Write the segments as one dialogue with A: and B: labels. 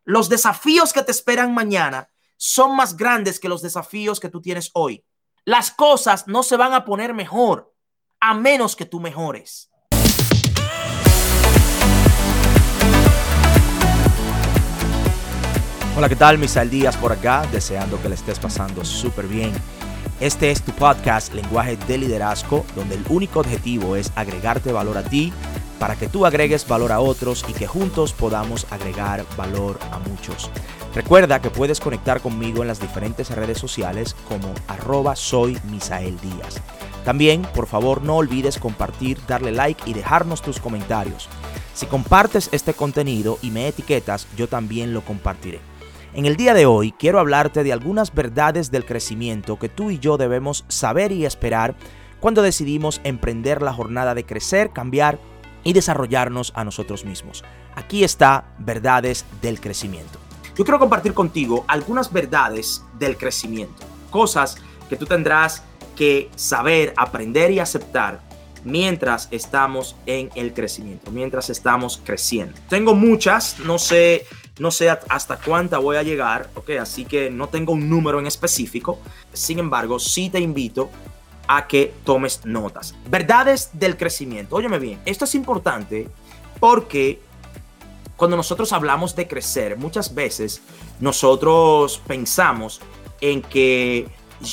A: Los desafíos que te esperan mañana son más grandes que los desafíos que tú tienes hoy. Las cosas no se van a poner mejor a menos que tú mejores.
B: Hola, ¿qué tal? Misael Díaz por acá, deseando que le estés pasando súper bien. Este es tu podcast Lenguaje de Liderazgo, donde el único objetivo es agregarte valor a ti para que tú agregues valor a otros y que juntos podamos agregar valor a muchos. Recuerda que puedes conectar conmigo en las diferentes redes sociales como @soymisaeldíaz. También, por favor, no olvides compartir, darle like y dejarnos tus comentarios. Si compartes este contenido y me etiquetas, yo también lo compartiré. En el día de hoy quiero hablarte de algunas verdades del crecimiento que tú y yo debemos saber y esperar cuando decidimos emprender la jornada de crecer, cambiar y desarrollarnos a nosotros mismos. Aquí está Verdades del Crecimiento.
A: Yo quiero compartir contigo algunas verdades del crecimiento, cosas que tú tendrás que saber, aprender y aceptar mientras estamos en el crecimiento, mientras estamos creciendo. Tengo muchas, no sé hasta cuánta voy a llegar, ¿ok? Así que no tengo un número en específico. Sin embargo, sí te invito a que tomes notas. Verdades del crecimiento. Óyeme bien, esto es importante porque cuando nosotros hablamos de crecer, muchas veces nosotros pensamos en que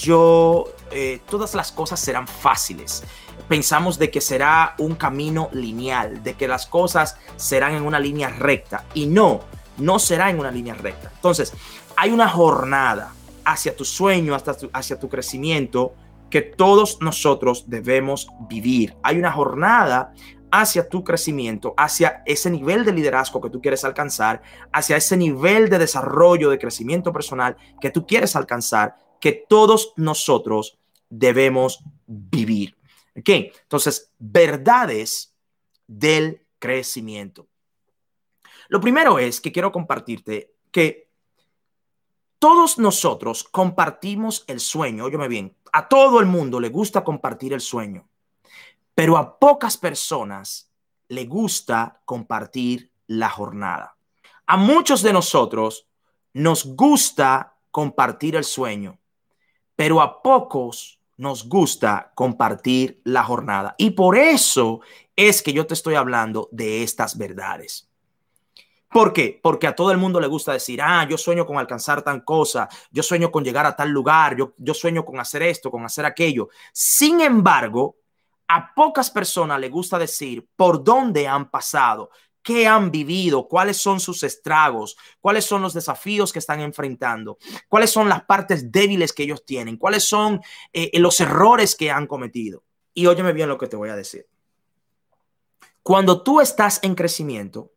A: todas las cosas serán fáciles. Pensamos de que será un camino lineal, de que las cosas serán en una línea recta, y no será en una línea recta. Entonces, hay una jornada hacia tu sueño, hacia tu crecimiento que todos nosotros debemos vivir. Hay una jornada hacia tu crecimiento, hacia ese nivel de liderazgo que tú quieres alcanzar, hacia ese nivel de desarrollo, de crecimiento personal que tú quieres alcanzar, que todos nosotros debemos vivir. ¿Ok? Entonces, verdades del crecimiento. Lo primero es que quiero compartirte que todos nosotros compartimos el sueño. Óyeme bien, a todo el mundo le gusta compartir el sueño, pero a pocas personas le gusta compartir la jornada. A muchos de nosotros nos gusta compartir el sueño, pero a pocos nos gusta compartir la jornada. Y por eso es que yo te estoy hablando de estas verdades. ¿Por qué? Porque a todo el mundo le gusta decir, yo sueño con alcanzar tal cosa, yo sueño con llegar a tal lugar, yo sueño con hacer esto, con hacer aquello. Sin embargo, a pocas personas le gusta decir por dónde han pasado, qué han vivido, cuáles son sus estragos, cuáles son los desafíos que están enfrentando, cuáles son las partes débiles que ellos tienen, cuáles son los errores que han cometido. Y óyeme bien lo que te voy a decir. Cuando tú estás en crecimiento,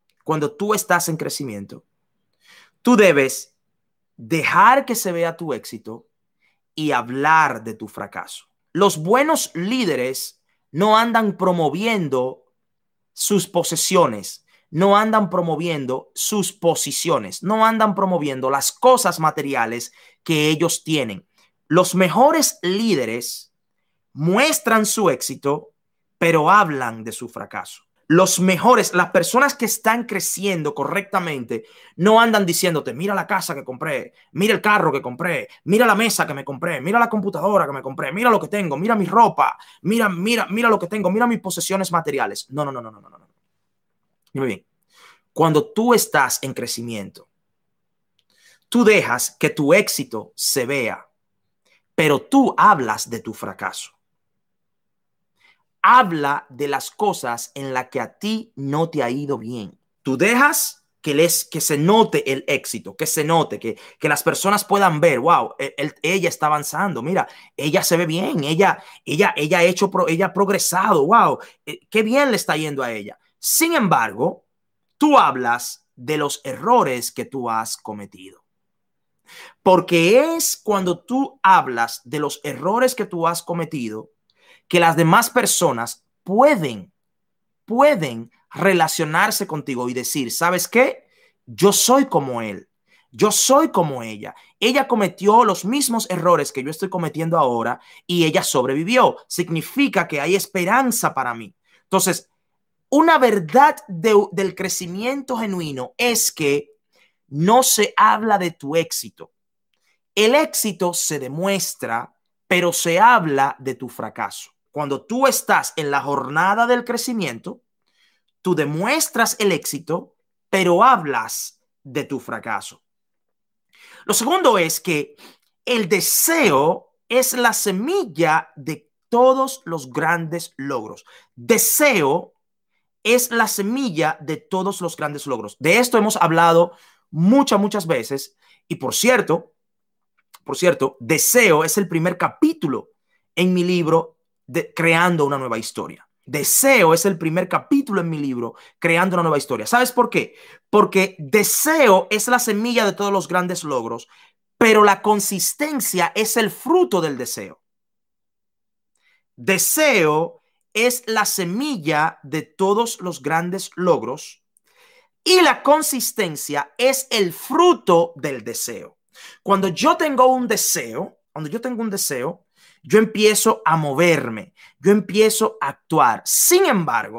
A: tú debes dejar que se vea tu éxito y hablar de tu fracaso. Los buenos líderes no andan promoviendo sus posesiones, no andan promoviendo sus posiciones, no andan promoviendo las cosas materiales que ellos tienen. Los mejores líderes muestran su éxito, pero hablan de su fracaso. Los mejores, las personas que están creciendo correctamente, no andan diciéndote, mira la casa que compré, mira el carro que compré, mira la mesa que me compré, mira la computadora que me compré, mira lo que tengo, mira mi ropa, mira lo que tengo, mira mis posesiones materiales. No. Muy bien. Cuando tú estás en crecimiento, tú dejas que tu éxito se vea, pero tú hablas de tu fracaso. Habla de las cosas en las que a ti no te ha ido bien. Tú dejas que se note el éxito, que se note, que las personas puedan ver, wow, ella está avanzando, mira, ella se ve bien, ella ha progresado, wow, qué bien le está yendo a ella. Sin embargo, tú hablas de los errores que tú has cometido. Porque es cuando tú hablas de los errores que tú has cometido que las demás personas pueden relacionarse contigo y decir, ¿sabes qué? Yo soy como él, yo soy como ella. Ella cometió los mismos errores que yo estoy cometiendo ahora y ella sobrevivió. Significa que hay esperanza para mí. Entonces, una verdad del crecimiento genuino es que no se habla de tu éxito. El éxito se demuestra, pero se habla de tu fracaso. Cuando tú estás en la jornada del crecimiento, tú demuestras el éxito, pero hablas de tu fracaso. Lo segundo es que el deseo es la semilla de todos los grandes logros. Deseo es la semilla de todos los grandes logros. De esto hemos hablado muchas veces. Y por cierto, Deseo es el primer capítulo en mi libro de Creando una nueva historia. Deseo es el primer capítulo en mi libro Creando una nueva historia. ¿Sabes por qué? Porque deseo es la semilla de todos los grandes logros, pero la consistencia es el fruto del deseo. Deseo es la semilla de todos los grandes logros y la consistencia es el fruto del deseo. Cuando yo tengo un deseo, yo empiezo a moverme, yo empiezo a actuar. Sin embargo,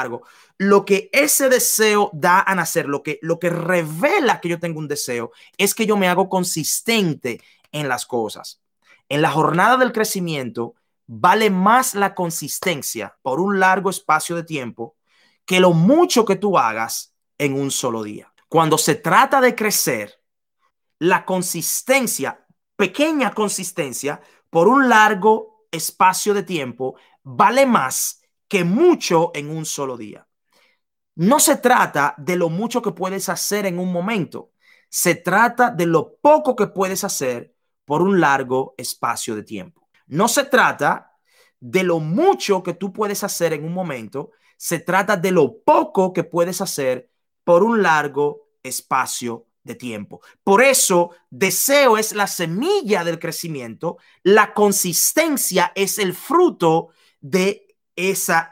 A: lo que ese deseo da a nacer, lo que revela que yo tengo un deseo, es que yo me hago consistente en las cosas. En la jornada del crecimiento, vale más la consistencia por un largo espacio de tiempo que lo mucho que tú hagas en un solo día. Cuando se trata de crecer, la consistencia, pequeña consistencia, por un largo espacio de tiempo, vale más que mucho en un solo día. No se trata de lo mucho que puedes hacer en un momento. Se trata de lo poco que puedes hacer por un largo espacio de tiempo. No se trata de lo mucho que tú puedes hacer en un momento. Se trata de lo poco que puedes hacer por un largo espacio de tiempo. Por eso, deseo es la semilla del crecimiento, la consistencia es el fruto de ese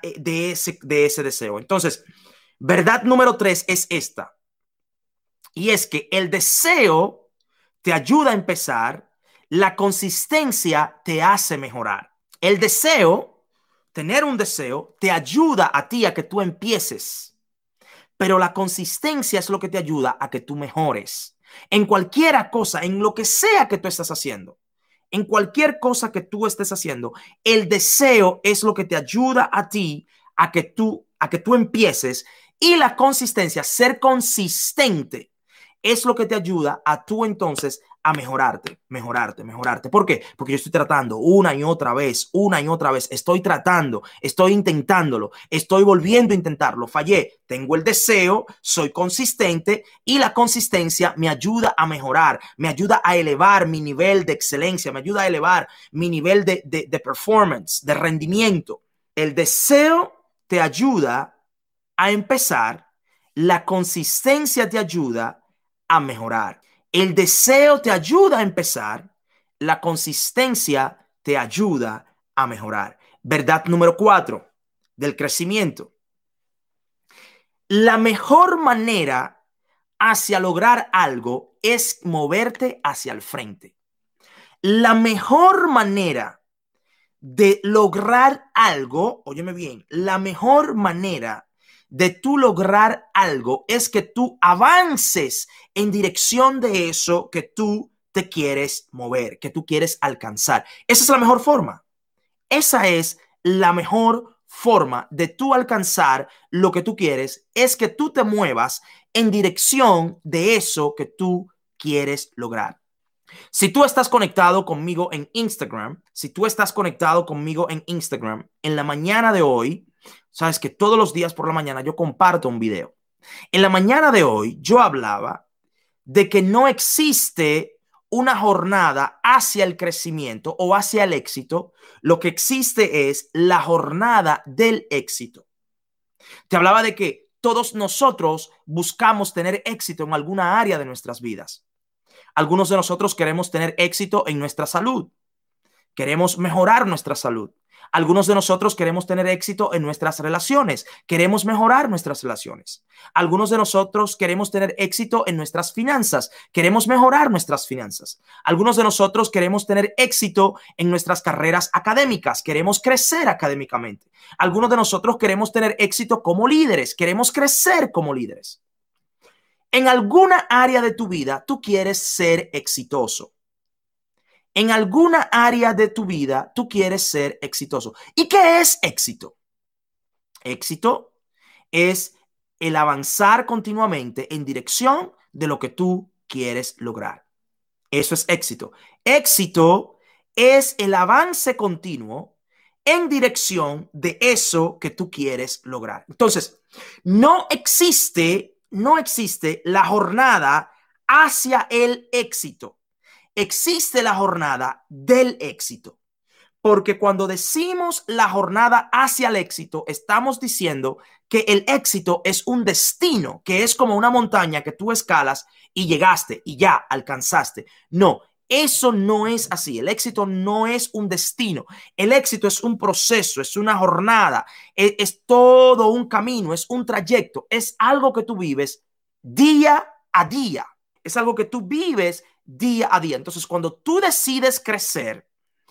A: deseo. Entonces, verdad número 3 es esta, y es que el deseo te ayuda a empezar, la consistencia te hace mejorar. El deseo, tener un deseo, te ayuda a ti a que tú empieces. Pero la consistencia es lo que te ayuda a que tú mejores. En cualquier cosa, en lo que sea que tú estás haciendo, en cualquier cosa que tú estés haciendo, el deseo es lo que te ayuda a ti a que tú empieces. Y la consistencia, ser consistente, es lo que te ayuda a tú entonces a mejorarte. ¿Por qué? Porque yo estoy tratando una y otra vez. Estoy tratando, estoy intentándolo, estoy volviendo a intentarlo. Fallé. Tengo el deseo, soy consistente y la consistencia me ayuda a mejorar, me ayuda a elevar mi nivel de excelencia, me ayuda a elevar mi nivel de performance, de rendimiento. El deseo te ayuda a empezar, la consistencia te ayuda a mejorar. El deseo te ayuda a empezar, la consistencia te ayuda a mejorar. Verdad número 4 del crecimiento. La mejor manera hacia lograr algo es moverte hacia el frente. La mejor manera de lograr algo, óyeme bien, la mejor manera de tú lograr algo es que tú avances en dirección de eso que tú te quieres mover, que tú quieres alcanzar. Esa es la mejor forma. Esa es la mejor forma de tú alcanzar lo que tú quieres, es que tú te muevas en dirección de eso que tú quieres lograr. Si tú estás conectado conmigo en Instagram, en la mañana de hoy, sabes que todos los días por la mañana yo comparto un video. En la mañana de hoy yo hablaba de que no existe una jornada hacia el crecimiento o hacia el éxito. Lo que existe es la jornada del éxito. Te hablaba de que todos nosotros buscamos tener éxito en alguna área de nuestras vidas. Algunos de nosotros queremos tener éxito en nuestra salud. Queremos mejorar nuestra salud. Algunos de nosotros queremos tener éxito en nuestras relaciones. Queremos mejorar nuestras relaciones. Algunos de nosotros queremos tener éxito en nuestras finanzas. Queremos mejorar nuestras finanzas. Algunos de nosotros queremos tener éxito en nuestras carreras académicas. Queremos crecer académicamente. Algunos de nosotros queremos tener éxito como líderes. Queremos crecer como líderes. En alguna área de tu vida, tú quieres ser exitoso. En alguna área de tu vida, tú quieres ser exitoso. ¿Y qué es éxito? Éxito es el avanzar continuamente en dirección de lo que tú quieres lograr. Eso es éxito. Éxito es el avance continuo en dirección de eso que tú quieres lograr. Entonces, no existe la jornada hacia el éxito. Existe la jornada del éxito. Porque cuando decimos la jornada hacia el éxito, estamos diciendo que el éxito es un destino, que es como una montaña que tú escalas y llegaste y ya alcanzaste. No, eso no es así. El éxito no es un destino. El éxito es un proceso, es una jornada, es todo un camino, es un trayecto, es algo que tú vives día a día. Es algo que tú vives día a día. Entonces, cuando tú decides crecer,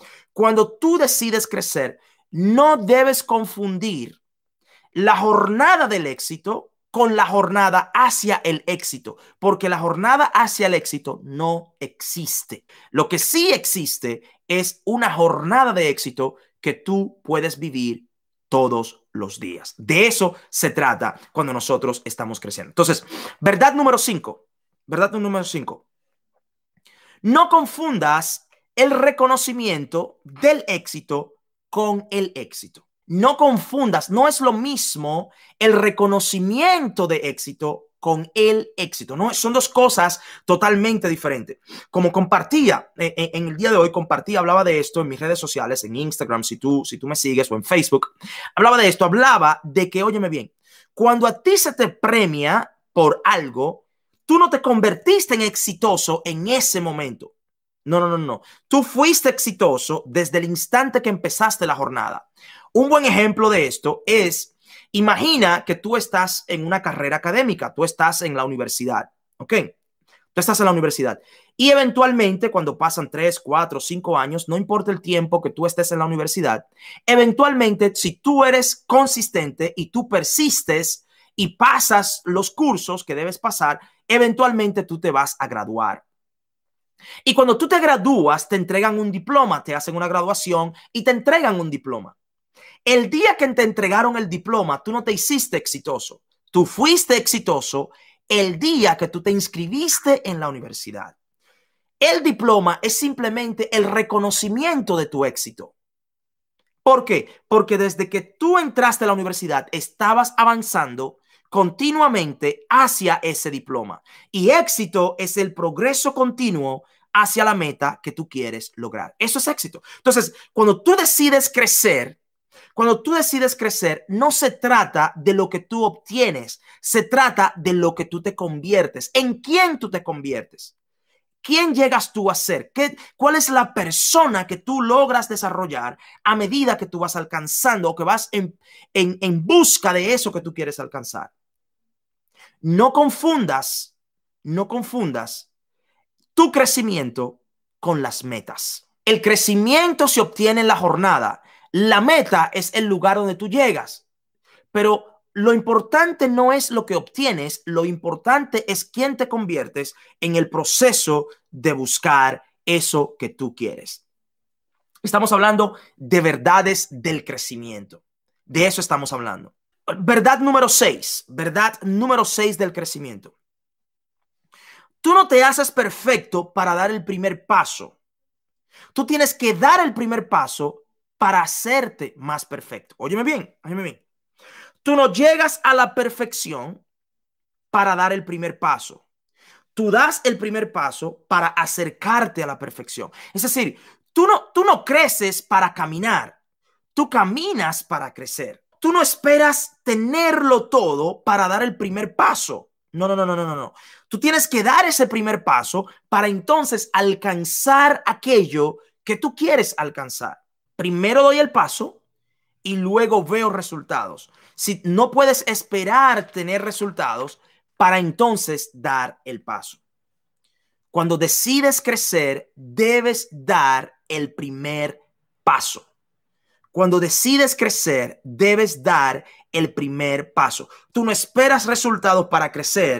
A: no debes confundir la jornada del éxito con la jornada hacia el éxito, porque la jornada hacia el éxito no existe. Lo que sí existe es una jornada de éxito que tú puedes vivir todos los días. De eso se trata cuando nosotros estamos creciendo. Entonces, verdad número 5. No confundas el reconocimiento del éxito con el éxito. No confundas, no es lo mismo el reconocimiento de éxito con el éxito. No, son dos cosas totalmente diferentes. Como compartía en el día de hoy, hablaba de esto en mis redes sociales, en Instagram, si tú me sigues, o en Facebook, hablaba de que, óyeme bien, cuando a ti se te premia por algo, tú no te convertiste en exitoso en ese momento. No. Tú fuiste exitoso desde el instante que empezaste la jornada. Un buen ejemplo de esto es, imagina que tú estás en una carrera académica, tú estás en la universidad, ¿ok? Tú estás en la universidad y eventualmente cuando pasan 3, 4, 5 años, no importa el tiempo que tú estés en la universidad, eventualmente si tú eres consistente y tú persistes y pasas los cursos que debes pasar, eventualmente tú te vas a graduar. Y cuando tú te gradúas, te entregan un diploma, te hacen una graduación y te entregan un diploma. El día que te entregaron el diploma, tú no te hiciste exitoso. Tú fuiste exitoso el día que tú te inscribiste en la universidad. El diploma es simplemente el reconocimiento de tu éxito. ¿Por qué? Porque desde que tú entraste a la universidad, estabas avanzando continuamente hacia ese diploma. Y éxito es el progreso continuo hacia la meta que tú quieres lograr. Eso es éxito. Entonces, cuando tú decides crecer, no se trata de lo que tú obtienes, se trata de lo que tú te conviertes. ¿En quién tú te conviertes? ¿Quién llegas tú a ser? ¿Cuál es la persona que tú logras desarrollar a medida que tú vas alcanzando o que vas en busca de eso que tú quieres alcanzar? No confundas tu crecimiento con las metas. El crecimiento se obtiene en la jornada. La meta es el lugar donde tú llegas. Pero lo importante no es lo que obtienes, lo importante es quién te conviertes en el proceso de buscar eso que tú quieres. Estamos hablando de verdades del crecimiento. De eso estamos hablando. Verdad número 6 del crecimiento. Tú no te haces perfecto para dar el primer paso. Tú tienes que dar el primer paso para hacerte más perfecto. Óyeme bien. Tú no llegas a la perfección para dar el primer paso. Tú das el primer paso para acercarte a la perfección. Es decir, tú no creces para caminar. Tú caminas para crecer. Tú no esperas tenerlo todo para dar el primer paso. No. Tú tienes que dar ese primer paso para entonces alcanzar aquello que tú quieres alcanzar. Primero doy el paso y luego veo resultados. Si no puedes esperar tener resultados para entonces dar el paso. Cuando decides crecer, debes dar el primer paso. Cuando decides crecer, debes dar el primer paso. Tú no esperas resultados para crecer.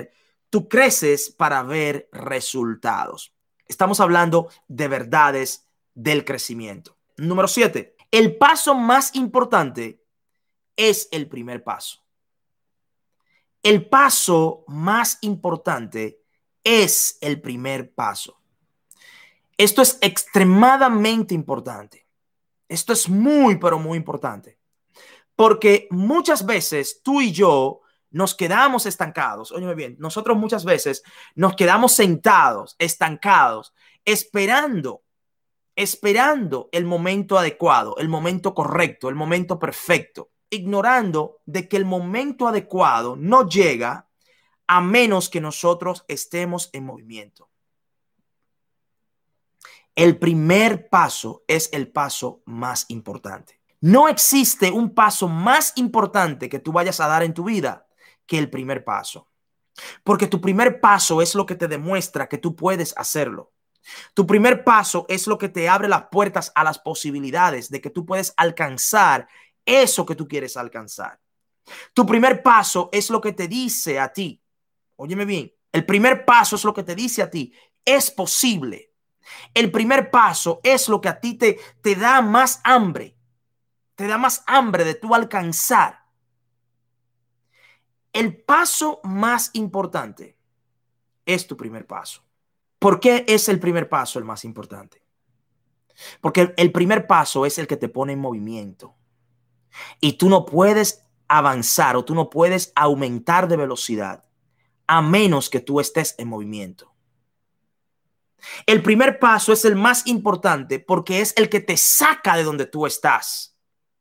A: Tú creces para ver resultados. Estamos hablando de verdades del crecimiento. Número 7. El paso más importante es el primer paso. El paso más importante es el primer paso. Esto es extremadamente importante. Esto es muy, pero muy importante. Porque muchas veces tú y yo nos quedamos estancados. Óyeme bien, nosotros muchas veces nos quedamos sentados, estancados, esperando el momento adecuado, el momento correcto, el momento perfecto, ignorando de que el momento adecuado no llega a menos que nosotros estemos en movimiento. El primer paso es el paso más importante. No existe un paso más importante que tú vayas a dar en tu vida que el primer paso. Porque tu primer paso es lo que te demuestra que tú puedes hacerlo. Tu primer paso es lo que te abre las puertas a las posibilidades de que tú puedes alcanzar eso que tú quieres alcanzar. Tu primer paso es lo que te dice a ti. Óyeme bien, el primer paso es lo que te dice a ti. Es posible. El primer paso es lo que a ti te da más hambre. Te da más hambre de tú alcanzar. El paso más importante es tu primer paso. ¿Por qué es el primer paso el más importante? Porque el primer paso es el que te pone en movimiento. Y tú no puedes avanzar o tú no puedes aumentar de velocidad a menos que tú estés en movimiento. El primer paso es el más importante porque es el que te saca de donde tú estás.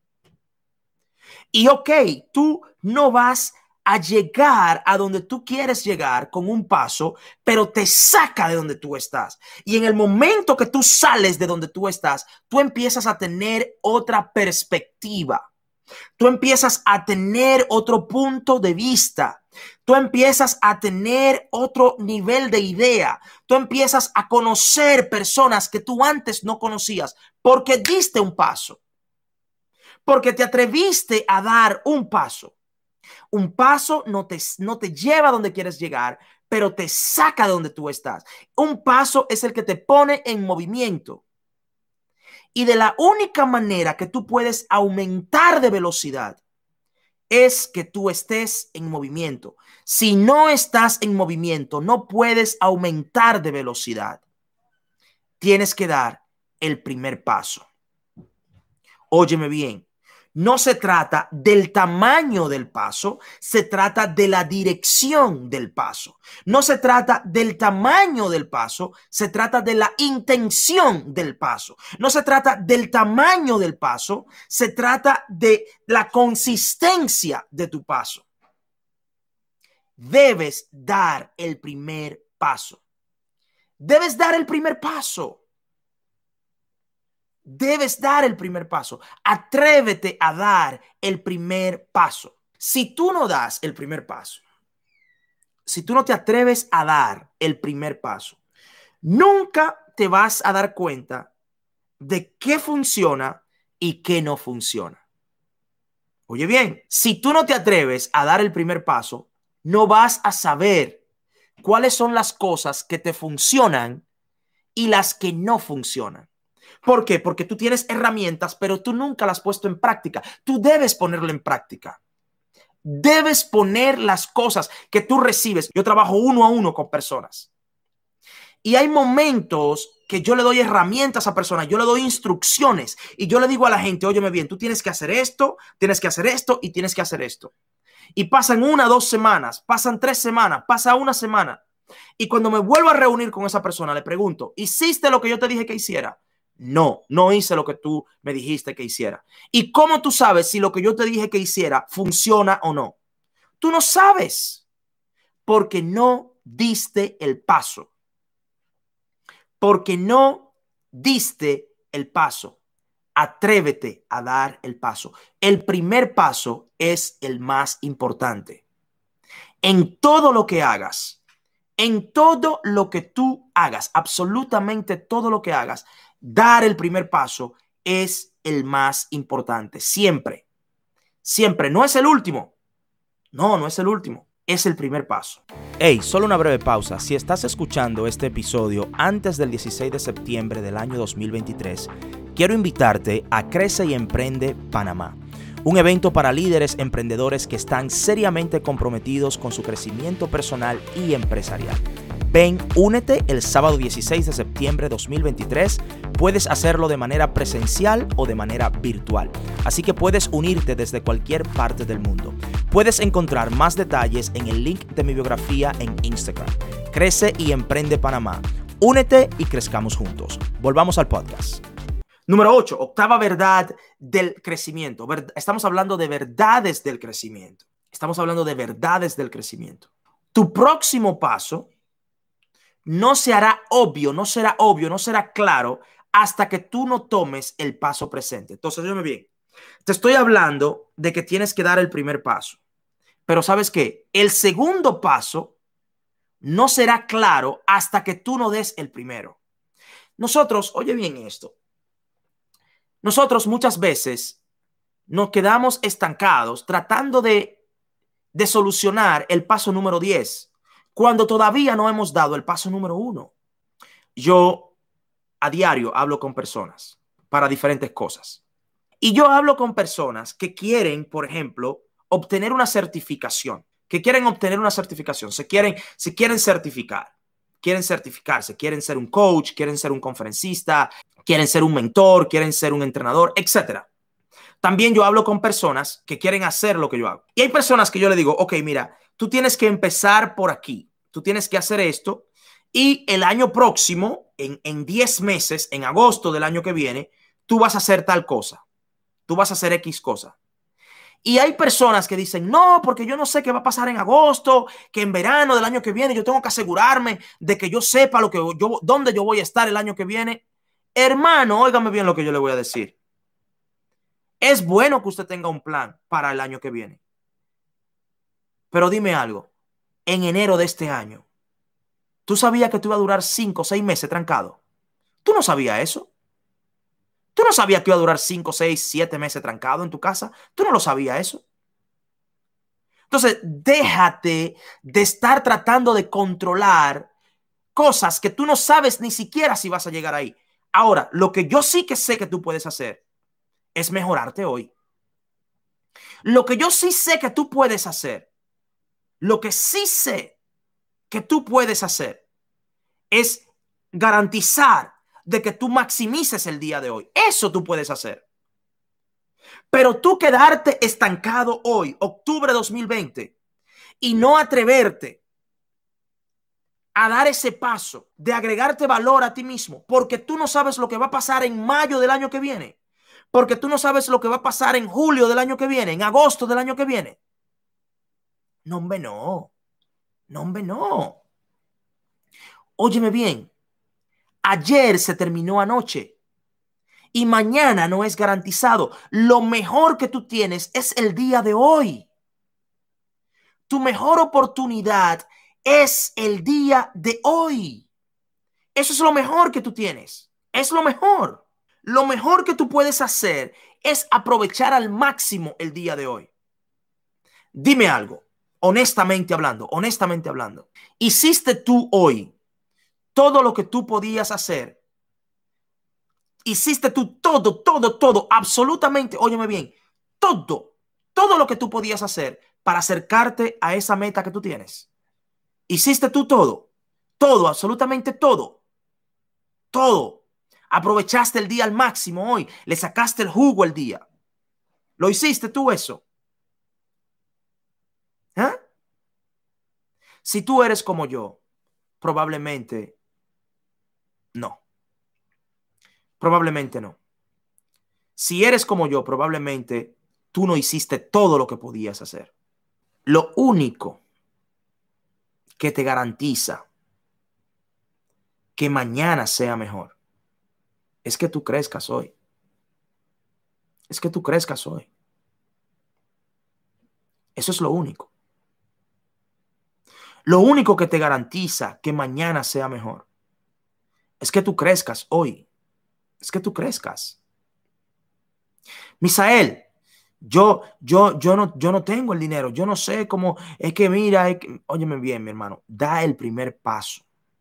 A: Y tú no vas a llegar a donde tú quieres llegar con un paso, pero te saca de donde tú estás. Y en el momento que tú sales de donde tú estás, tú empiezas a tener otra perspectiva. Tú empiezas a tener otro punto de vista. Tú empiezas a tener otro nivel de idea. Tú empiezas a conocer personas que tú antes no conocías porque diste un paso. Porque te atreviste a dar un paso. Un paso no te lleva a donde quieres llegar, pero te saca de donde tú estás. Un paso es el que te pone en movimiento. Y de la única manera que tú puedes aumentar de velocidad es que tú estés en movimiento. Si no estás en movimiento, no puedes aumentar de velocidad. Tienes que dar el primer paso. Óyeme bien. No se trata del tamaño del paso, se trata de la dirección del paso. No se trata del tamaño del paso, se trata de la intención del paso. No se trata del tamaño del paso, se trata de la consistencia de tu paso. Debes dar el primer paso. Debes dar el primer paso. Debes dar el primer paso. Atrévete a dar el primer paso. Si tú no das el primer paso, si tú no te atreves a dar el primer paso, nunca te vas a dar cuenta de qué funciona y qué no funciona. Oye bien, si tú no te atreves a dar el primer paso, no vas a saber cuáles son las cosas que te funcionan y las que no funcionan. ¿Por qué? Porque tú tienes herramientas, pero tú nunca las has puesto en práctica. Tú debes ponerlo en práctica. Debes poner las cosas que tú recibes. Yo trabajo uno a uno con personas. Y hay momentos que yo le doy herramientas a personas, yo le doy instrucciones y yo le digo a la gente, óyeme bien, tú tienes que hacer esto y tienes que hacer esto. Y pasan 1 o 2 semanas, pasan 3 semanas, pasa 1 semana. Y cuando me vuelvo a reunir con esa persona, le pregunto, ¿hiciste lo que yo te dije que hiciera? No, no hice lo que tú me dijiste que hiciera. ¿Y cómo tú sabes si lo que yo te dije que hiciera funciona o no? Tú no sabes porque no diste el paso. Porque no diste el paso. Atrévete a dar el paso. El primer paso es el más importante. En todo lo que hagas, en todo lo que tú hagas, absolutamente todo lo que hagas, dar el primer paso es el más importante. Siempre. Siempre. No es el último. No, no es el último. es el primer paso.
B: Hey, solo una breve pausa. Si estás escuchando este episodio antes del 16 de septiembre del año 2023, quiero invitarte a Crece y Emprende Panamá, un evento para líderes emprendedores que están seriamente comprometidos con su crecimiento personal y empresarial. Ven, únete el sábado 16 de septiembre de 2023. Puedes hacerlo de manera presencial o de manera virtual, así que puedes unirte desde cualquier parte del mundo. Puedes encontrar más detalles en el link de mi biografía en Instagram. Crece y Emprende Panamá. Únete y crezcamos juntos. Volvamos al podcast.
A: Número 8, octava verdad del crecimiento. Estamos hablando de verdades del crecimiento. Estamos hablando de verdades del crecimiento. Tu próximo paso no se hará obvio, no será claro hasta que tú no tomes el paso presente. Entonces, óyeme bien. Te estoy hablando de que tienes que dar el primer paso. Pero ¿sabes qué? El segundo paso no será claro hasta que tú no des el primero. Nosotros, oye bien esto. Nosotros muchas veces nos quedamos estancados tratando de solucionar el paso número 10 cuando todavía no hemos dado el paso número 1. Yo a diario hablo con personas para diferentes cosas. Y yo hablo con personas que quieren, por ejemplo, obtener una certificación. Se quieren certificar. Quieren certificarse, quieren ser un coach, quieren ser un conferencista, quieren ser un mentor, quieren ser un entrenador, etc. También yo hablo con personas que quieren hacer lo que yo hago. Y hay personas que yo le digo, ok, mira, tú tienes que empezar por aquí. Tú tienes que hacer esto. Y el año próximo, en 10 meses, en agosto del año que viene, tú vas a hacer tal cosa. Tú vas a hacer X cosa. Y hay personas que dicen, no, porque yo no sé qué va a pasar en agosto, que en verano del año que viene yo tengo que asegurarme de que yo sepa dónde yo voy a estar el año que viene. Hermano, óigame bien lo que yo le voy a decir. Es bueno que usted tenga un plan para el año que viene. Pero dime algo, en enero de este año, ¿tú sabías que tú ibas a durar 5 o 6 meses trancado? ¿Tú no sabías eso? ¿Tú no sabías que iba a durar 5, 6, 7 meses trancado en tu casa? ¿Tú no lo sabías eso? Entonces, déjate de estar tratando de controlar cosas que tú no sabes ni siquiera si vas a llegar ahí. Ahora, lo que yo sí que sé que tú puedes hacer es mejorarte hoy. Lo que yo sí sé que tú puedes hacer, lo que sí sé que tú puedes hacer es garantizar de que tú maximices el día de hoy. Eso tú puedes hacer. Pero tú quedarte estancado hoy, octubre de 2020, y no atreverte a dar ese paso de agregarte valor a ti mismo, porque tú no sabes lo que va a pasar en mayo del año que viene, porque tú no sabes lo que va a pasar en julio del año que viene, en agosto del año que viene. No, hombre, no. No, hombre, no. Óyeme bien. Ayer se terminó anoche y mañana no es garantizado. Lo mejor que tú tienes es el día de hoy. Tu mejor oportunidad es el día de hoy. Eso es lo mejor que tú tienes. Es lo mejor. Lo mejor que tú puedes hacer es aprovechar al máximo el día de hoy. Dime algo, honestamente hablando. ¿Hiciste tú hoy todo lo que tú podías hacer? Hiciste tú todo, absolutamente, óyeme bien, todo lo que tú podías hacer para acercarte a esa meta que tú tienes. Hiciste tú todo, absolutamente todo. Aprovechaste el día al máximo hoy, le sacaste el jugo al día. ¿Lo hiciste tú eso? ¿Eh? Si tú eres como yo, probablemente no. Probablemente no. Si eres como yo, probablemente tú no hiciste todo lo que podías hacer. Lo único que te garantiza que mañana sea mejor es que tú crezcas hoy. Eso es lo único. Lo único que te garantiza que mañana sea mejor es que tú crezcas hoy. Misael, yo no tengo el dinero. Yo no sé cómo. Es que mira, óyeme bien, mi hermano. Da el primer paso.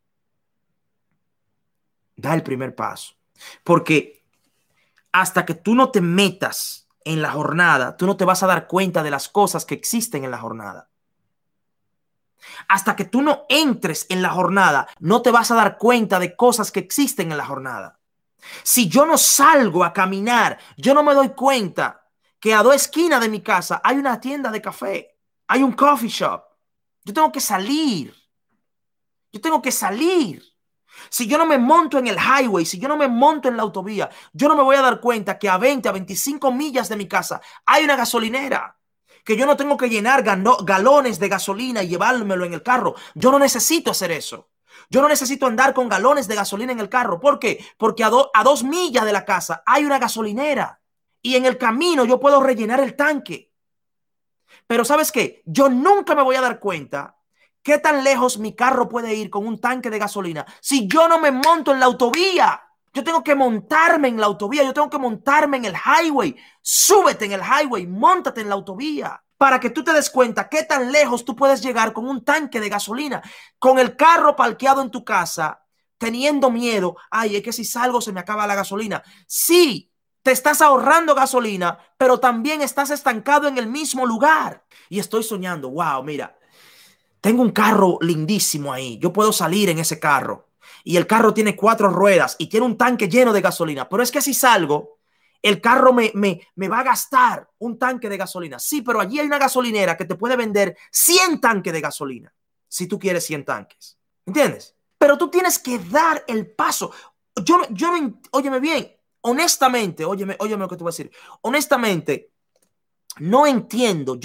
A: Da el primer paso. Porque hasta que tú no te metas en la jornada, tú no te vas a dar cuenta de las cosas que existen en la jornada. Hasta que tú no entres en la jornada, no te vas a dar cuenta de cosas que existen en la jornada. Si yo no salgo a caminar, yo no me doy cuenta que a 2 esquinas de mi casa hay una tienda de café, hay un coffee shop. Yo tengo que salir. Yo tengo que salir. Si yo no me monto en el highway, si yo no me monto en la autovía, yo no me voy a dar cuenta que a 20, a 25 millas de mi casa hay una gasolinera. Que yo no tengo que llenar galones de gasolina y llevármelo en el carro. Yo no necesito hacer eso. Yo no necesito andar con galones de gasolina en el carro. ¿Por qué? Porque a 2 millas de la casa hay una gasolinera. Y en el camino yo puedo rellenar el tanque. Pero ¿sabes qué? Yo nunca me voy a dar cuenta qué tan lejos mi carro puede ir con un tanque de gasolina si yo no me monto en la autovía. Yo tengo que montarme en la autovía, yo tengo que montarme en el highway. Súbete en el highway, móntate en la autovía para que tú te des cuenta qué tan lejos tú puedes llegar con un tanque de gasolina, con el carro parqueado en tu casa, teniendo miedo. Ay, es que si salgo se me acaba la gasolina. Sí, te estás ahorrando gasolina, pero también estás estancado en el mismo lugar. Y estoy soñando, wow, mira, tengo un carro lindísimo ahí. Yo puedo salir en ese carro. Y el carro tiene 4 ruedas y tiene un tanque lleno de gasolina. Pero es que si salgo, el carro me va a gastar un tanque de gasolina. Sí, pero allí hay una gasolinera que te puede vender 100 tanques de gasolina. Si tú quieres 100 tanques. ¿Entiendes? Pero tú tienes que dar el paso. Óyeme bien. Honestamente, óyeme lo que te voy a decir. Honestamente, no entiendo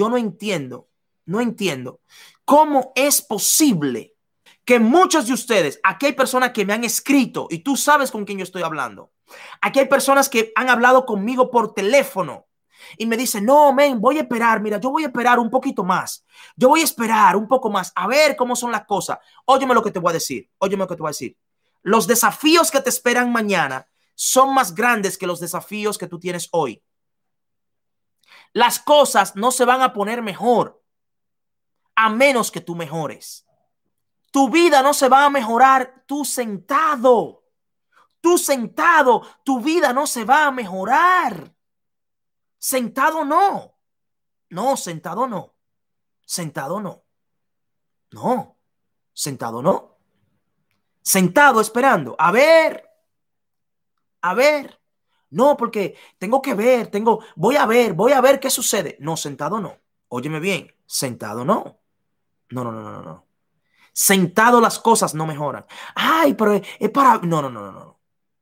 A: cómo es posible que muchos de ustedes, aquí hay personas que me han escrito y tú sabes con quién yo estoy hablando. Aquí hay personas que han hablado conmigo por teléfono y me dicen, no, men, voy a esperar, mira, yo voy a esperar un poquito más. Yo voy a esperar un poco más a ver cómo son las cosas. Óyeme lo que te voy a decir, Los desafíos que te esperan mañana son más grandes que los desafíos que tú tienes hoy. Las cosas no se van a poner mejor a menos que tú mejores. Tu vida no se va a mejorar tú sentado. Tu vida no se va a mejorar. Sentado no. No, sentado no. Sentado no. No, sentado no. Sentado esperando. A ver. No, porque tengo que ver, voy a ver qué sucede. No, sentado no. Óyeme bien, sentado no. No. Sentado las cosas no mejoran. Ay, pero es para... No.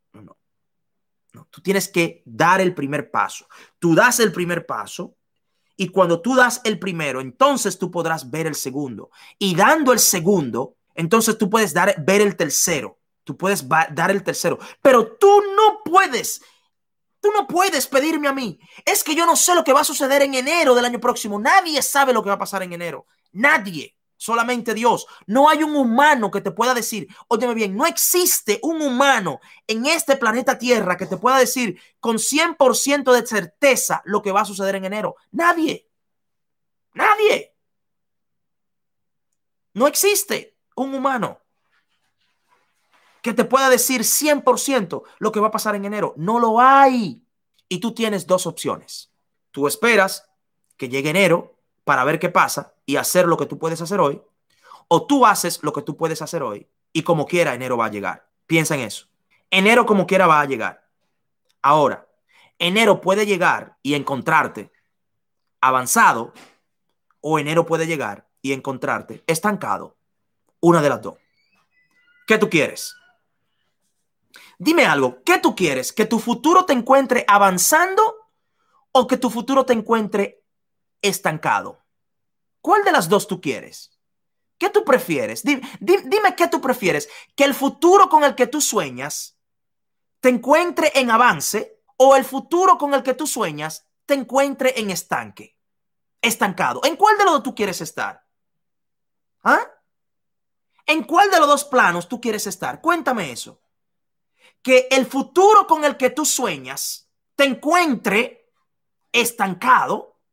A: Tú tienes que dar el primer paso. Tú das el primer paso y cuando tú das el primero, entonces tú podrás ver el segundo. Y dando el segundo, entonces tú puedes ver el tercero. Tú puedes dar el tercero. Pero tú no puedes pedirme a mí. Es que yo no sé lo que va a suceder en enero del año próximo. Nadie sabe lo que va a pasar en enero. Nadie. Solamente Dios. No hay un humano que te pueda decir, óyeme bien, no existe un humano en este planeta Tierra que te pueda decir con 100% de certeza lo que va a suceder en enero. Nadie. No existe un humano que te pueda decir 100% lo que va a pasar en enero. No lo hay. Y tú tienes 2 opciones. Tú esperas que llegue enero para ver qué pasa y hacer lo que tú puedes hacer hoy, o tú haces lo que tú puedes hacer hoy y como quiera enero va a llegar. Piensa en eso. Enero como quiera va a llegar. Ahora, enero puede llegar y encontrarte avanzado o enero puede llegar y encontrarte estancado. Una de las dos. ¿Qué tú quieres? Dime algo. ¿Qué tú quieres? ¿Que tu futuro te encuentre avanzando o que tu futuro te encuentre estancado? ¿Cuál de las dos tú quieres? ¿Qué tú prefieres? Dime qué tú prefieres. ¿Que el futuro con el que tú sueñas te encuentre en avance o el futuro con el que tú sueñas te encuentre en estancado? ¿En cuál de los dos tú quieres estar? ¿Ah? ¿En cuál de los dos planos tú quieres estar? Cuéntame eso. Que el futuro con el que tú sueñas te encuentre estancado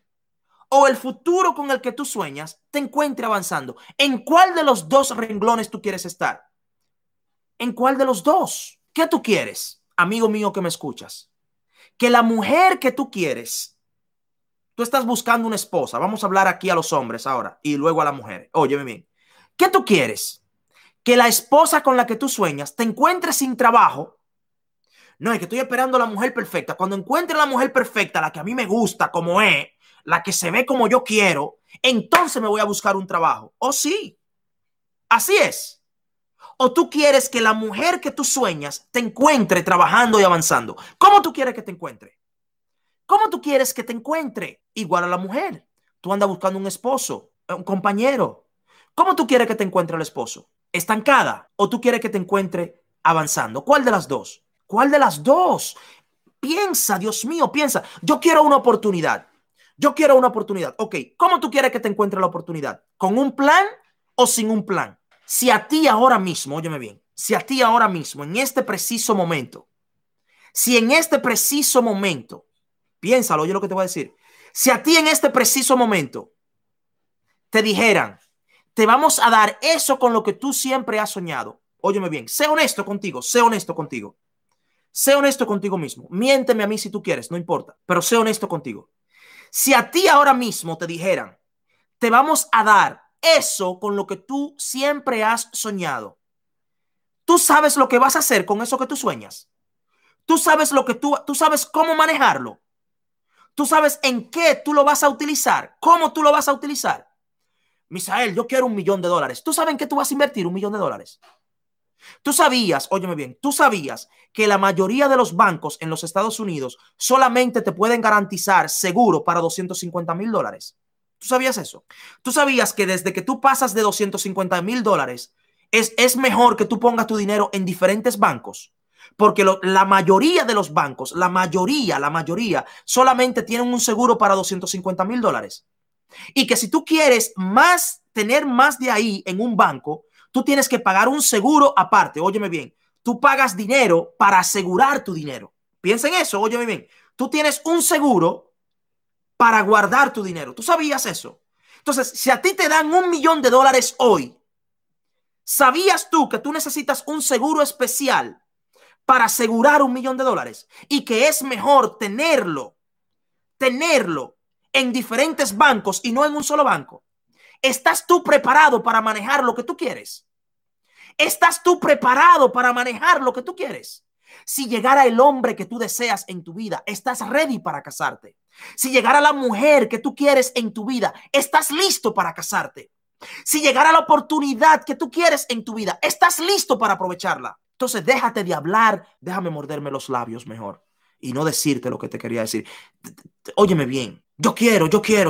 A: o el futuro con el que tú sueñas te encuentre avanzando. ¿En cuál de los dos renglones tú quieres estar? ¿En cuál de los dos? ¿Qué tú quieres, amigo mío que me escuchas? Que la mujer que tú quieres, tú estás buscando una esposa. Vamos a hablar aquí a los hombres ahora y luego a las mujeres. Óyeme bien. ¿Qué tú quieres? Que la esposa con la que tú sueñas te encuentre sin trabajo. No, es que estoy esperando a la mujer perfecta. Cuando encuentre la mujer perfecta, la que a mí me gusta como es, la que se ve como yo quiero, entonces me voy a buscar un trabajo. ¿Oh, sí? Así es. ¿O tú quieres que la mujer que tú sueñas te encuentre trabajando y avanzando? ¿Cómo tú quieres que te encuentre? ¿Cómo tú quieres que te encuentre? Igual a la mujer. Tú andas buscando un esposo, un compañero. ¿Cómo tú quieres que te encuentre el esposo? ¿Estancada? ¿O tú quieres que te encuentre avanzando? ¿Cuál de las dos? ¿Cuál de las dos? Piensa, Dios mío, piensa. Yo quiero una oportunidad. Yo quiero una oportunidad. Ok, ¿cómo tú quieres que te encuentre la oportunidad? ¿Con un plan o sin un plan? Si a ti ahora mismo, óyeme bien, si a ti ahora mismo, en este preciso momento, si en este preciso momento, piénsalo, oye lo que te voy a decir, si a ti en este preciso momento te dijeran, te vamos a dar eso con lo que tú siempre has soñado, óyeme bien, sé honesto contigo, sé honesto contigo, sé honesto contigo mismo, miénteme a mí si tú quieres, no importa, pero sé honesto contigo. Si a ti ahora mismo te dijeran, te vamos a dar eso con lo que tú siempre has soñado, ¿tú sabes lo que vas a hacer con eso que tú sueñas? ¿Tú sabes lo que tú sabes cómo manejarlo? ¿Tú sabes en qué tú lo vas a utilizar? ¿Cómo tú lo vas a utilizar? Misael, yo quiero $1.000.000. ¿Tú sabes en qué tú vas a invertir $1.000.000? Tú sabías, óyeme bien, tú sabías que la mayoría de los bancos en los Estados Unidos solamente te pueden garantizar seguro para $250.000. ¿Tú sabías eso? ¿Tú sabías que desde que tú pasas de $250.000 es mejor que tú pongas tu dinero en diferentes bancos? Porque la mayoría de los bancos, la mayoría, solamente tienen un seguro para $250.000. Y que si tú quieres más, tener más de ahí en un banco, tú tienes que pagar un seguro aparte. Óyeme bien, tú pagas dinero para asegurar tu dinero. Piensa en eso, óyeme bien. Tú tienes un seguro para guardar tu dinero. ¿Tú sabías eso? Entonces, si a ti te dan $1.000.000 hoy, ¿sabías tú que tú necesitas un seguro especial para asegurar $1.000.000? Y que es mejor tenerlo en diferentes bancos y no en un solo banco. ¿Estás tú preparado para manejar lo que tú quieres? ¿Estás tú preparado para manejar lo que tú quieres? Si llegara el hombre que tú deseas en tu vida, ¿estás ready para casarte? Si llegara la mujer que tú quieres en tu vida, ¿estás listo para casarte? Si llegara la oportunidad que tú quieres en tu vida, ¿estás listo para aprovecharla? Entonces déjate de hablar, déjame morderme los labios mejor y no decirte lo que te quería decir. Óyeme bien. Yo quiero.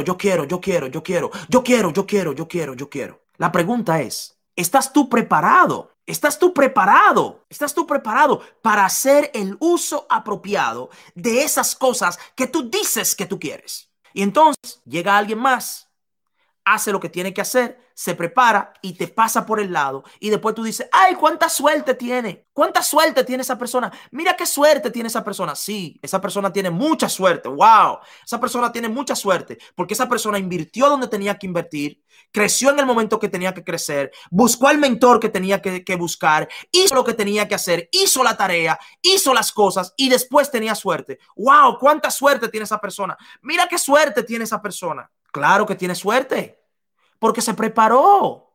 A: La pregunta es, ¿estás tú preparado? ¿Estás tú preparado? ¿Estás tú preparado para hacer el uso apropiado de esas cosas que tú dices que tú quieres? Y entonces llega alguien más, hace lo que tiene que hacer, se prepara y te pasa por el lado. Y después tú dices, ay, cuánta suerte tiene. ¿Cuánta suerte tiene esa persona? Mira qué suerte tiene esa persona. Sí, esa persona tiene mucha suerte. Wow, esa persona tiene mucha suerte porque esa persona invirtió donde tenía que invertir, creció en el momento que tenía que crecer, buscó al mentor que tenía que buscar, hizo lo que tenía que hacer, hizo la tarea, hizo las cosas y después tenía suerte. Wow, cuánta suerte tiene esa persona. Mira qué suerte tiene esa persona. Claro que tiene suerte. Porque se preparó.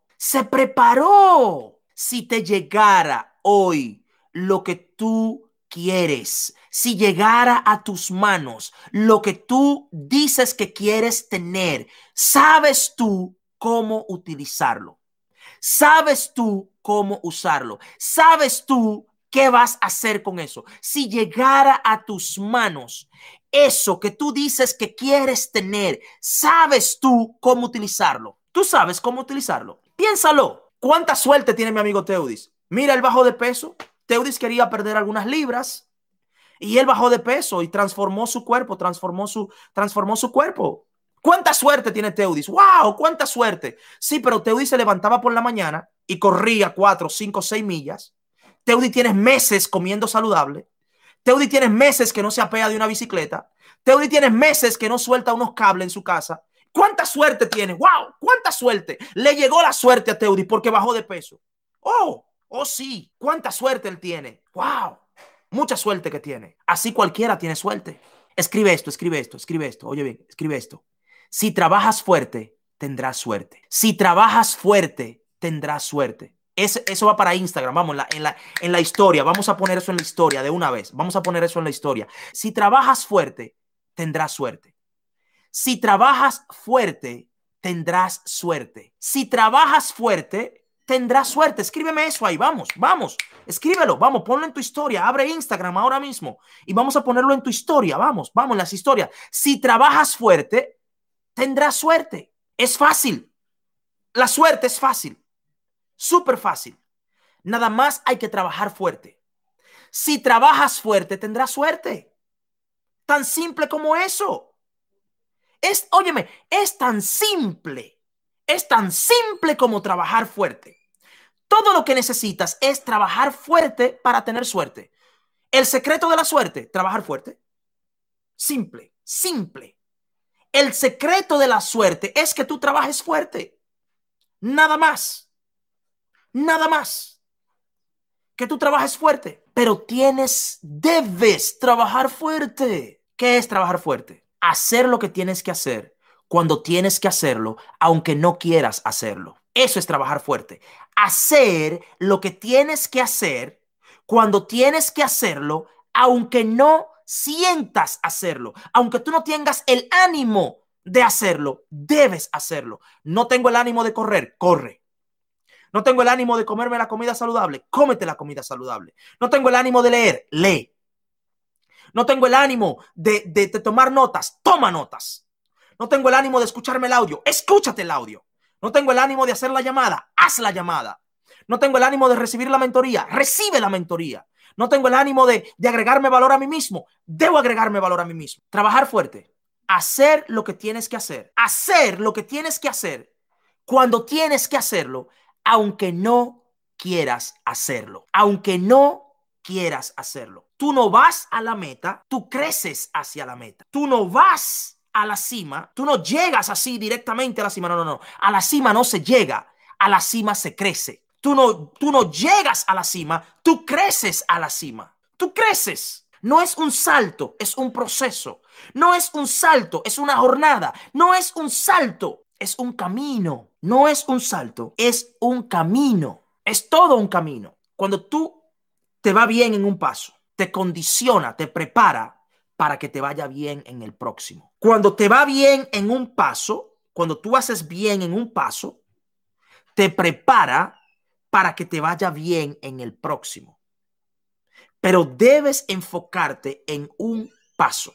A: Si te llegara hoy lo que tú quieres, si llegara a tus manos lo que tú dices que quieres tener, ¿sabes tú cómo utilizarlo? ¿Sabes tú cómo usarlo? ¿Sabes tú qué vas a hacer con eso? Si llegara a tus manos eso que tú dices que quieres tener, ¿sabes tú cómo utilizarlo? ¿Tú sabes cómo utilizarlo? Piénsalo. ¿Cuánta suerte tiene mi amigo Teudis? Mira, él bajó de peso. Teudis quería perder algunas libras y él bajó de peso y transformó su cuerpo, transformó su cuerpo. ¿Cuánta suerte tiene Teudis? ¡Wow! ¡Cuánta suerte! Sí, pero Teudis se levantaba por la mañana y corría 4, 5, 6 millas. Teudis tiene meses comiendo saludable. Teudis tiene meses que no se apea de una bicicleta. Teody tiene meses que no suelta unos cables en su casa. ¿Cuánta suerte tiene? ¡Wow! ¿Cuánta suerte? Le llegó la suerte a Teody porque bajó de peso. ¡Oh sí! ¿Cuánta suerte él tiene? ¡Wow! Mucha suerte que tiene. Así cualquiera tiene suerte. Escribe esto, escribe esto, escribe esto. Oye bien, escribe esto. Si trabajas fuerte, tendrás suerte. Si trabajas fuerte, tendrás suerte. Eso va para Instagram. Vamos, en la historia. Vamos a poner eso en la historia de una vez. Vamos a poner eso en la historia. Si trabajas fuerte, tendrás suerte. Si trabajas fuerte, tendrás suerte. Si trabajas fuerte, tendrás suerte. Escríbeme eso ahí. Vamos, vamos. Escríbelo. Vamos, ponlo en tu historia. Abre Instagram ahora mismo y vamos a ponerlo en tu historia. Vamos, vamos, las historias. Si trabajas fuerte, tendrás suerte. Es fácil. La suerte es fácil. Súper fácil. Nada más hay que trabajar fuerte. Si trabajas fuerte, tendrás suerte. Tan simple como eso. Óyeme, es tan simple. Es tan simple como trabajar fuerte. Todo lo que necesitas es trabajar fuerte para tener suerte. El secreto de la suerte, trabajar fuerte. Simple, simple. El secreto de la suerte es que tú trabajes fuerte. Nada más. Nada más. Que tú trabajes fuerte. Pero debes trabajar fuerte. ¿Qué es trabajar fuerte? Hacer lo que tienes que hacer cuando tienes que hacerlo, aunque no quieras hacerlo. Eso es trabajar fuerte. Hacer lo que tienes que hacer cuando tienes que hacerlo, aunque no sientas hacerlo, aunque tú no tengas el ánimo de hacerlo, debes hacerlo. No tengo el ánimo de correr, corre. No tengo el ánimo de comerme la comida saludable, cómete la comida saludable. No tengo el ánimo de leer, lee. No tengo el ánimo de tomar notas, toma notas. No tengo el ánimo de escucharme el audio, escúchate el audio. No tengo el ánimo de hacer la llamada, haz la llamada. No tengo el ánimo de recibir la mentoría, recibe la mentoría. No tengo el ánimo de agregarme valor a mí mismo, debo agregarme valor a mí mismo. Trabajar fuerte, hacer lo que tienes que hacer. Hacer lo que tienes que hacer cuando tienes que hacerlo, aunque no quieras hacerlo. Aunque no quieras hacerlo. Tú no vas a la meta, tú creces hacia la meta. Tú no vas a la cima, tú no llegas así directamente a la cima. No. A la cima no se llega, a la cima se crece. Tú no llegas a la cima, tú creces a la cima. Tú creces. No es un salto, es un proceso. No es un salto, es una jornada. No es un salto, es un camino. No es un salto, es un camino. Es todo un camino. Cuando tú te va bien en un paso, te condiciona, te prepara para que te vaya bien en el próximo. Cuando te va bien en un paso, cuando tú haces bien en un paso, te prepara para que te vaya bien en el próximo. Pero debes enfocarte en un paso.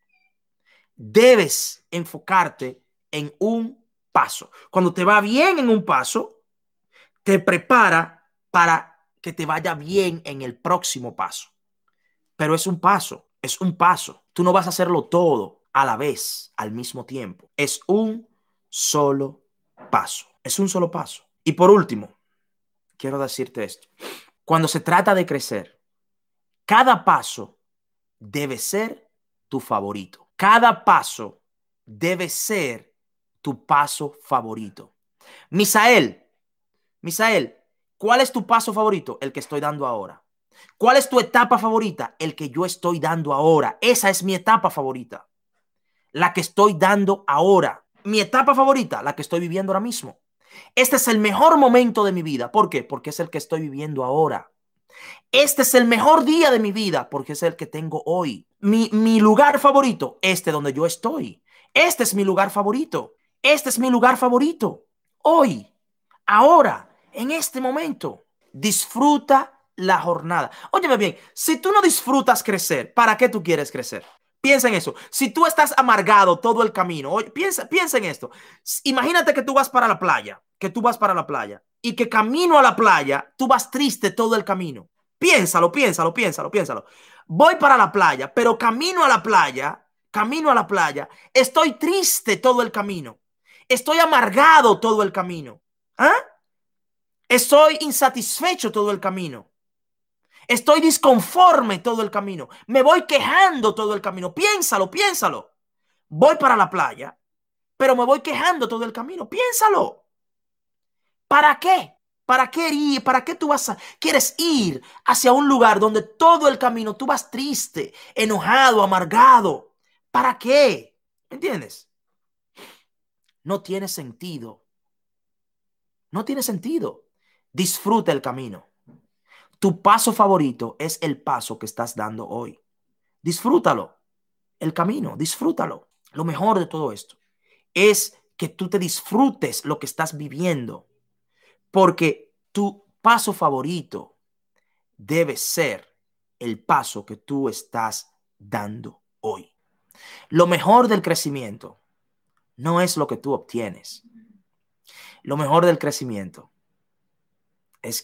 A: Debes enfocarte en un paso. Cuando te va bien en un paso, te prepara para que te vaya bien en el próximo paso. Pero es un paso, es un paso. Tú no vas a hacerlo todo a la vez, al mismo tiempo. Es un solo paso. Es un solo paso. Y por último, quiero decirte esto. Cuando se trata de crecer, cada paso debe ser tu favorito. Cada paso debe ser tu paso favorito. Misael, ¿cuál es tu paso favorito? El que estoy dando ahora. ¿Cuál es tu etapa favorita? El que yo estoy dando ahora. Esa es mi etapa favorita. La que estoy dando ahora. Mi etapa favorita, la que estoy viviendo ahora mismo. Este es el mejor momento de mi vida. ¿Por qué? Porque es el que estoy viviendo ahora. Este es el mejor día de mi vida porque es el que tengo hoy. Mi lugar favorito, donde yo estoy. Este es mi lugar favorito. Este es mi lugar favorito. Hoy, ahora, en este momento. Disfruta la jornada. Óyeme bien, si tú no disfrutas crecer, ¿para qué tú quieres crecer? Piensa en eso. Si tú estás amargado todo el camino, oye, piensa en esto. Imagínate que tú vas para la playa, y que camino a la playa, tú vas triste todo el camino. Piénsalo. Voy para la playa, pero camino a la playa, estoy triste todo el camino. Estoy amargado todo el camino. Estoy insatisfecho todo el camino. Estoy disconforme todo el camino. Me voy quejando todo el camino. Piénsalo, piénsalo. Voy para la playa, pero me voy quejando todo el camino. Piénsalo. ¿Para qué? ¿Para qué ir? ¿Para qué quieres ir hacia un lugar donde todo el camino tú vas triste, enojado, amargado? ¿Para qué? ¿Me entiendes? No tiene sentido. No tiene sentido. Disfruta el camino. Tu paso favorito es el paso que estás dando hoy. Disfrútalo. El camino, disfrútalo. Lo mejor de todo esto es que tú te disfrutes lo que estás viviendo. Porque tu paso favorito debe ser el paso que tú estás dando hoy. Lo mejor del crecimiento no es lo que tú obtienes. Lo mejor del crecimiento es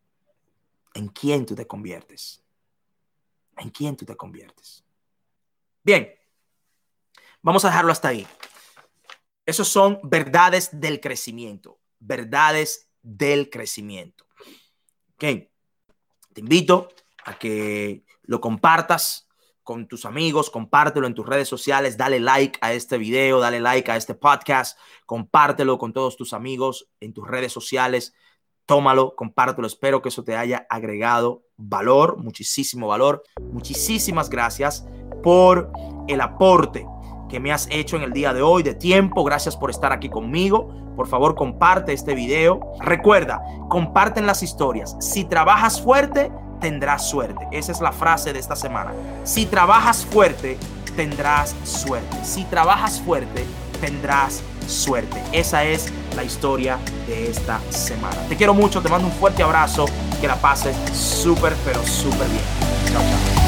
A: en quién tú te conviertes. En quién tú te conviertes. Bien, vamos a dejarlo hasta ahí. Esos son verdades del crecimiento. Verdades del crecimiento. Ok. Te invito a que lo compartas con tus amigos, compártelo en tus redes sociales, dale like a este video, dale like a este podcast, compártelo con todos tus amigos en tus redes sociales, tómalo, compártelo. Espero que eso te haya agregado valor, muchísimo valor. Muchísimas gracias por el aporte que me has hecho en el día de hoy de tiempo. Gracias por estar aquí conmigo. Por favor, comparte este video. Recuerda, comparten las historias. Si trabajas fuerte, tendrás suerte. Esa es la frase de esta semana. Si trabajas fuerte, tendrás suerte. Si trabajas fuerte, tendrás suerte. Esa es la historia de esta semana. Te quiero mucho, te mando un fuerte abrazo. Que la pases súper, pero súper bien. Chao, chao.